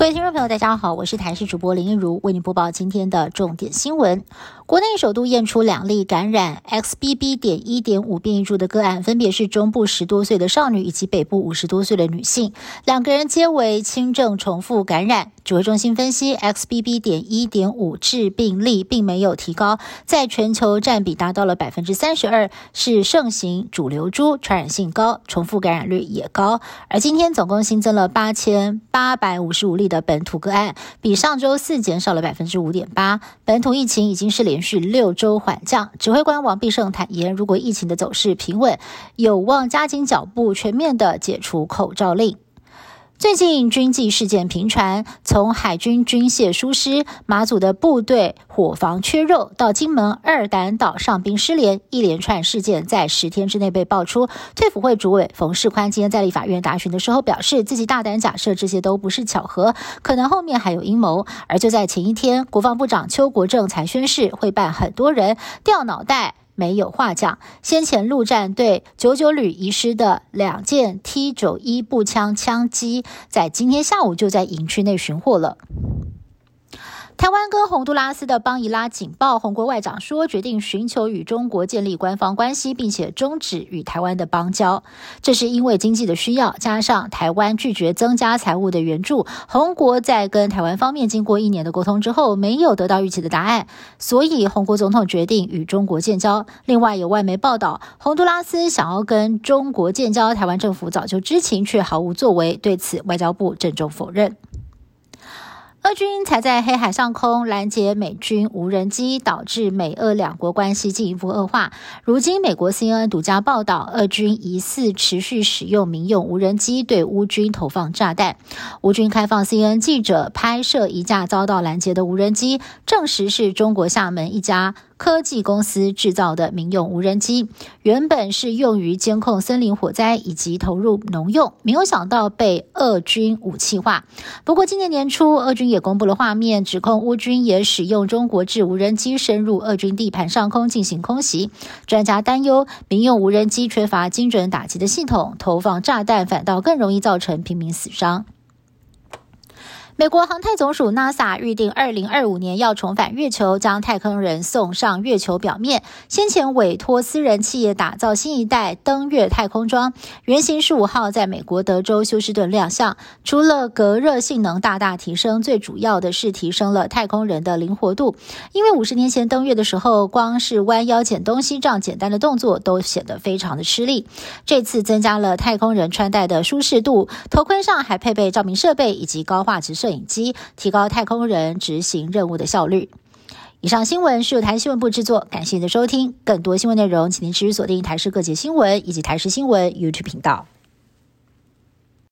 位听众朋友大家好，我是台视主播林一如，为您播报今天的重点新闻。国内首度验出2例感染 XBB.1.5 变异株的个案，分别是中部10多岁的少女以及北部50多岁的女性，2个人皆为轻症重复感染。指挥中心分析 XBB.1.5 致病力并没有提高，在全球占比达到了 32%， 是盛行主流株，传染性高，重复感染率也高。而今天总共新增了8855例的本土个案，比上周四减少了 5.8%。 本土疫情已经是连续6周缓降。指挥官王必胜坦言，如果疫情的走势平稳，有望加紧脚步，全面的解除口罩令。最近军纪事件频传，从海军军械疏失、马祖的部队伙房缺肉，到金门二胆岛上兵失联，一连串事件在10天之内被爆出。退辅会主委冯世宽今天在立法院答询的时候表示，自己大胆假设这些都不是巧合，可能后面还有阴谋。而就在前一天，国防部长邱国正才宣誓会办很多人掉脑袋没有话讲。先前陆战队99旅遗失的2件 T91 步枪枪击，在今天下午就在营区内寻获了。台湾跟洪都拉斯的邦伊拉警报，洪国外长说决定寻求与中国建立官方关系，并且终止与台湾的邦交。这是因为经济的需要，加上台湾拒绝增加财务的援助，洪国在跟台湾方面经过1年的沟通之后，没有得到预期的答案，所以洪国总统决定与中国建交。另外有外媒报道，洪都拉斯想要跟中国建交，台湾政府早就知情却毫无作为，对此外交部郑重否认。俄军才在黑海上空拦截美军无人机，导致美俄两国关系进一步恶化。如今美国 CNN 独家报道，俄军疑似持续使用民用无人机对乌军投放炸弹。乌军开放 CNN 记者拍摄一架遭到拦截的无人机，证实是中国厦门一家科技公司制造的民用无人机，原本是用于监控森林火灾以及投入农用，没有想到被俄军武器化。不过今年年初，俄军也公布了画面，指控乌军也使用中国制无人机深入俄军地盘上空进行空袭。专家担忧，民用无人机缺乏精准打击的系统，投放炸弹反倒更容易造成平民死伤。美国航太总署 NASA 预定2025年要重返月球，将太空人送上月球表面。先前委托私人企业打造新一代登月太空装，原型15号在美国德州休斯顿亮相。除了隔热性能大大提升，最主要的是提升了太空人的灵活度。因为50年前登月的时候，光是弯腰捡东西这样简单的动作都显得非常的吃力。这次增加了太空人穿戴的舒适度，头盔上还配备照明设备以及高画质摄影机，提高太空人执行任务的效率。以上新闻是由台视新闻部制作，感谢您的收听。更多新闻内容，请您持续锁定台视各节新闻以及台视新闻 YouTube 频道。